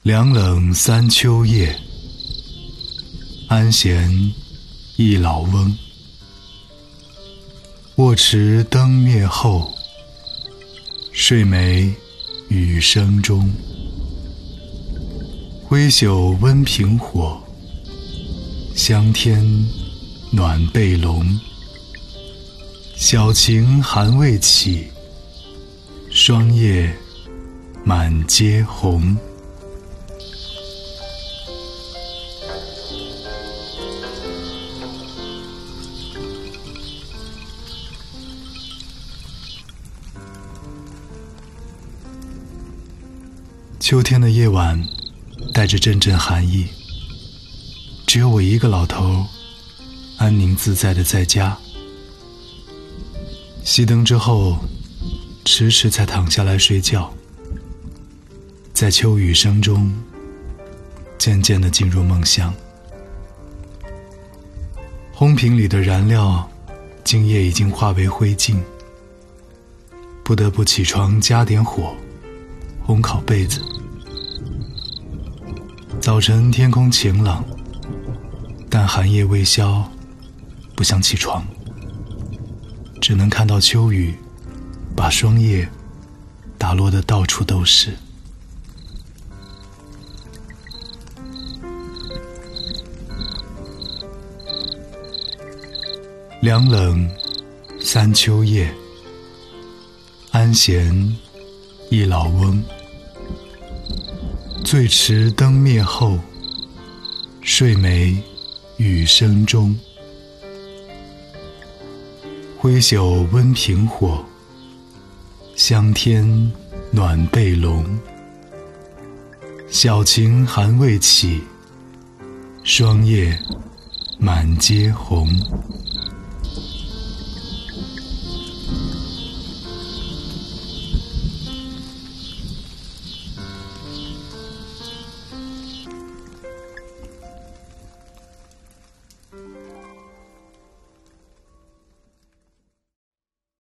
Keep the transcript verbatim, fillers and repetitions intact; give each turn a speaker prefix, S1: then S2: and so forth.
S1: 凉冷三秋夜，安闲一老翁。卧池灯灭后，睡梅雨声中。挥袖温平火，香天暖被笼。小晴寒未起，霜叶满阶红。秋天的夜晚带着阵阵寒意，只有我一个老头安宁自在地在家。熄灯之后迟迟才躺下来睡觉，在秋雨声中渐渐地进入梦乡。烘瓶里的燃料今夜已经化为灰烬，不得不起床加点火烘烤被子。早晨天空晴朗，但寒夜未消，不想起床，只能看到秋雨把霜叶打落得到处都是。凉冷三秋夜，安闲一老翁。醉池灯灭后，睡梅雨声中。挥袖温平火，香天暖被笼。小晴寒未起，霜叶满阶红。